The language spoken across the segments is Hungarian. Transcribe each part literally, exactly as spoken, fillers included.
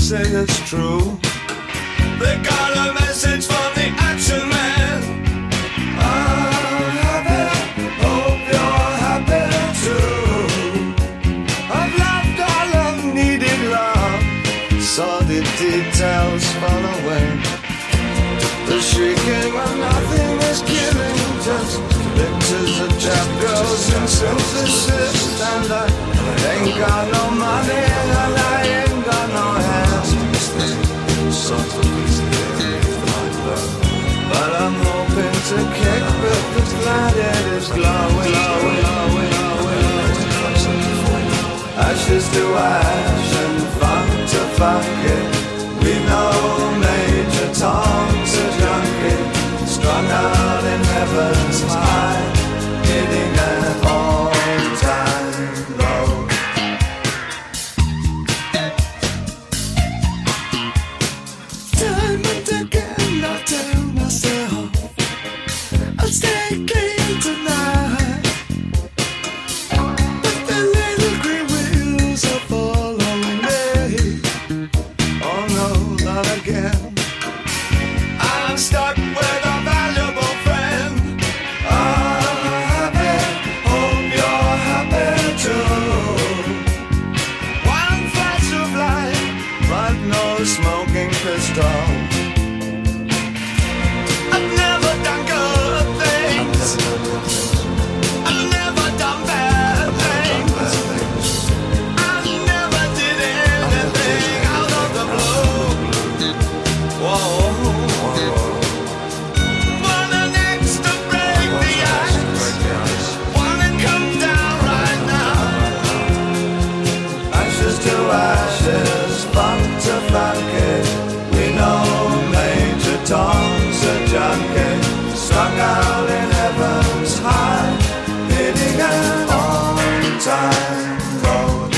say it's true. They got a message from the action man. I'm happy, hope you're happy too. I've loved all I've needed love, saw the details fall away. The shrieking when nothing is killing, just pictures of trap girls in synthesis. And I ain't got no money and I ain't got no hands, but I'm hoping to kick but the planet is glowing, glowing, glowing, glowing. Ashes to ash and funk to funk it. We know Major Tom's a junkie, strung out in heaven's high, hitting an all-time low. Time and again I tell myself I'll stay clean tonight, but the little green wheels are following me. Oh no, not again. I'm stuck with a valuable friend. I'm happy, hope you're happy too. One flash of light, but no smoking pistol. I've never done good things, I've never done bad things, I never did anything out of the blue. Whoa. Wanna next to break the ice, wanna come down right now. Ashes to ashes, funk to funk it. We know Major Tom's a junkie, strung out in heaven's high, hitting an on-time road.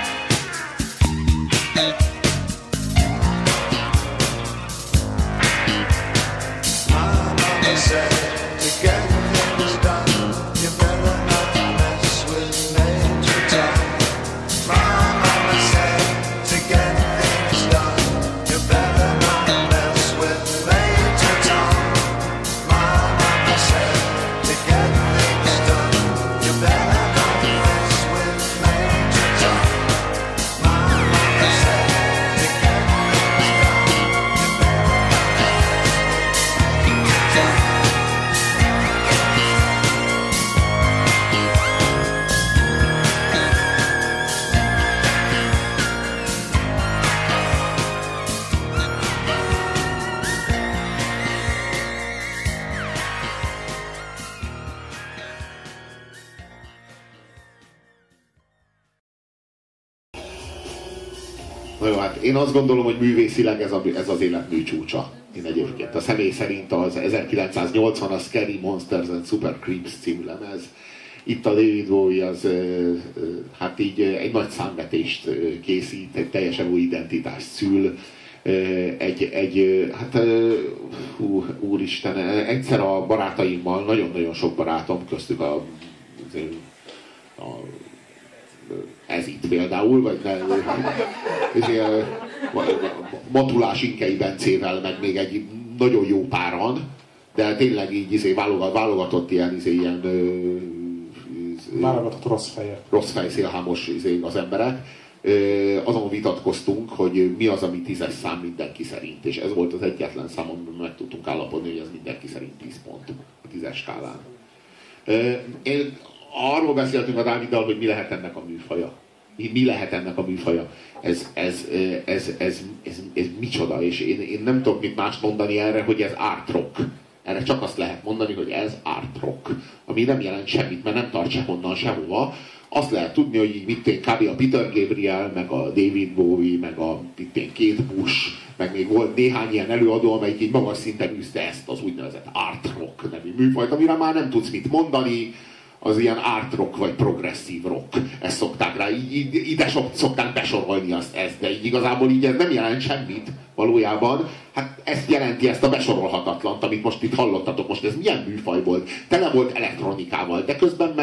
My mama said, to get things done, you better not mess with Major Tom. My mama said, to get things done, you better not mess with Major Tom. My mama said, to get things done, you better not mess with Major Tom. My mama said, to get things done, you better not Na jó, hát én azt gondolom, hogy művészileg ez, a, ez az életmű csúcsa. Én egyébként a személy szerint az ezerkilencszáznyolcvan a Scary Monsters and Super Creeps című lemez. Itt a David Bowie az hát így egy nagy számvetést készít, egy teljesen új identitást szül. Egy, egy hát hú, úristen, egyszer a barátaimmal, nagyon-nagyon sok barátom, köztük a, a ez itt például, vagy ne, Matulás Inkei Bencével, meg még egy nagyon jó páran, de tényleg így izé, válogat, válogatott ilyen, izé, ilyen válogatott rossz feje. Rossz fej, szélhámos izé, az emberek. Azon vitatkoztunk, hogy mi az, ami tízes szám mindenki szerint, és ez volt az egyetlen szám, amiben meg tudtunk állapodni, hogy ez mindenki szerint tíz pont a tízes skálán. Én arról beszéltünk a Dáviddal, hogy mi lehet ennek a műfaja. Mi, mi lehet ennek a műfaja. Ez, ez, ez, ez, ez, ez micsoda, és én, én nem tudok mit mást mondani erre, hogy ez art rock. Erre csak azt lehet mondani, hogy ez art rock. Ami nem jelent semmit, mert nem tart sehonnan sehova. Azt lehet tudni, hogy így mit én, kb. A Peter Gabriel, meg a David Bowie, meg a itt Kate Bush, meg még volt néhány ilyen előadó, amelyik így magas szinten űzte ezt az úgynevezett art rock nevű műfajt, amire már nem tudsz mit mondani, az ilyen art rock vagy progresszív rock. Ezt szokták rá, így, ide szokták besorolni azt, ezt, de így igazából így ez nem jelent semmit valójában. Hát ezt jelenti, ezt a besorolhatatlant, amit most itt hallottatok. Most ez milyen műfaj volt? Tele volt elektronikával, de közben meg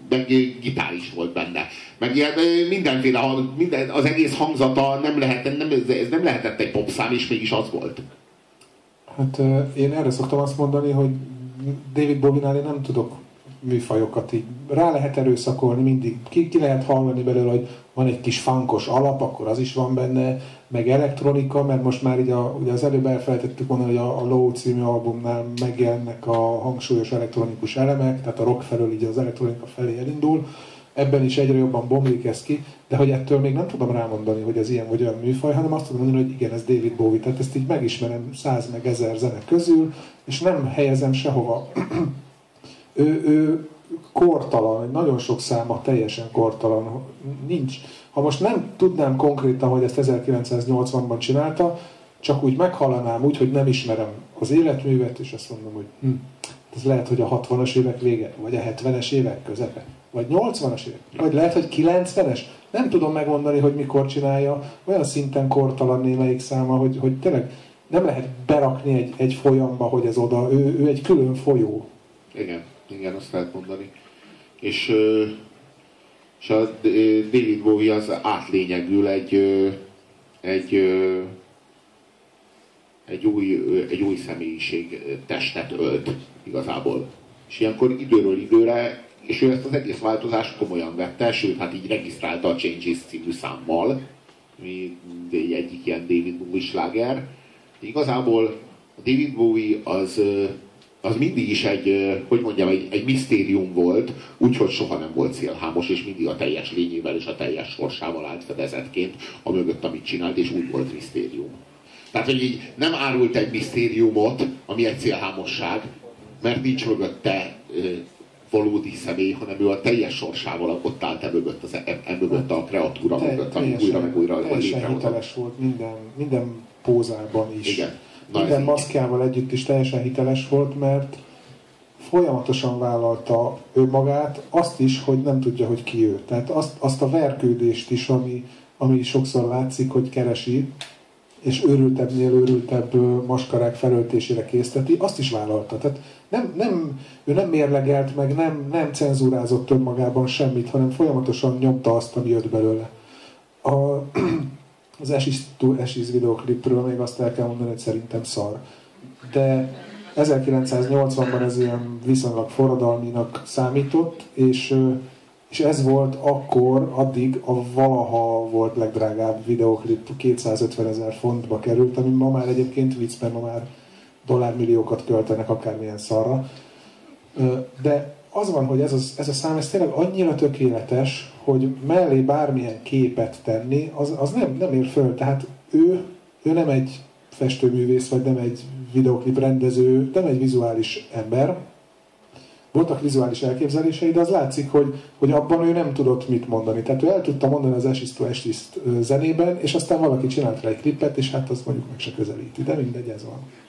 meg gitár is volt benne. Meg ilyen mindenféle, minden, az egész hangzata nem lehetett, nem, ez nem lehetett egy popszám, és mégis az volt. Hát én erre szoktam azt mondani, hogy David Bowie-nál én nem tudok műfajokat így. Rá lehet erőszakolni mindig. Ki, ki lehet hallani belőle, hogy van egy kis funkos alap, akkor az is van benne, meg elektronika, mert most már így a, ugye az előbb elfelejtettük mondani, hogy a, a Low című albumnál megjelennek a hangsúlyos elektronikus elemek, tehát a rock felől így az elektronika felé elindul. Ebben is egyre jobban bomlik ez ki, de hogy ettől még nem tudom rámondani, hogy ez ilyen vagy olyan műfaj, hanem azt tudom mondani, hogy igen, ez David Bowie, tehát ezt így megismerem száz meg ezer zene közül, és nem helyezem sehova. ő, ő kortalan, nagyon sok száma teljesen kortalan, nincs. Ha most nem tudnám konkrétan, hogy ezt ezerkilencszáznyolcvanban csinálta, csak úgy meghallanám úgy, hogy nem ismerem az életművet, és azt mondom, hogy hm, ez lehet, hogy a hatvanas évek vége, vagy a hetvenes évek közepe, vagy nyolcvanas évek, vagy lehet, hogy kilencvenes. Nem tudom megmondani, hogy mikor csinálja, olyan szinten kortalan némelyik száma, hogy, hogy tényleg nem lehet berakni egy, egy folyamba, hogy ez oda, ő, ő egy külön folyó. Igen, igen, azt lehet mondani. És, és a David Bowie az átlényegül egy, egy, egy, új, egy új személyiség testet ölt igazából. És ilyenkor időről időre, és ő ezt az egész változást komolyan vette, sőt, hát így regisztrálta a Changes című számmal, ami egyik ilyen David Bowie sláger. Igazából a David Bowie az, az mindig is egy, hogy mondjam, egy, egy misztérium volt, úgyhogy soha nem volt szélhámos, és mindig a teljes lényével és a teljes sorsával állt fedezetként a mögött, amit csinált, és úgy volt misztérium. Tehát, hogy így nem árult egy misztériumot, ami egy szélhámosság, mert nincs mögötte valódi személy, hanem ő a teljes sorsával ott állt e mögött, az, e, e mögött a kreatúra Te, mögött, ami újra meg újra teljesen hiteles volt minden, minden pózában is. Igen. Na, minden maszkjával együtt is teljesen hiteles volt, mert folyamatosan vállalta ő magát, azt is, hogy nem tudja, hogy ki ő. Tehát azt, azt a verkődést is, ami, ami sokszor látszik, hogy keresi, és őrültebbnél őrültebb maskarák felöltésére készteti, azt is vállalta. Tehát nem, nem, ő nem mérlegelt meg, nem, nem cenzúrázott önmagában semmit, hanem folyamatosan nyomta azt, ami jött belőle. A, az Ashes to Ashes videoklipről még azt el kell mondani, hogy szerintem szar. De ezerkilencszáznyolcvanban ez ilyen viszonylag forradalminak számított, és, és ez volt akkor, addig a valaha volt legdrágább videoklip, kétszázötvenezer fontba került, ami ma már egyébként vicc, mert ma már dollármilliókat költenek akármilyen szarra. De az van, hogy ez a, ez a szám ez tényleg annyira tökéletes, hogy mellé bármilyen képet tenni, az, az nem, nem ér föl. Tehát ő, ő nem egy festőművész, vagy nem egy videoklip rendező, nem egy vizuális ember. Voltak vizuális elképzelései, de az látszik, hogy, hogy abban ő nem tudott mit mondani. Tehát ő el tudta mondani az Ashes to Ashes zenében, és aztán valaki csinált rá egy klipet, és hát azt mondjuk meg se közelíti. De mindegy, ez van.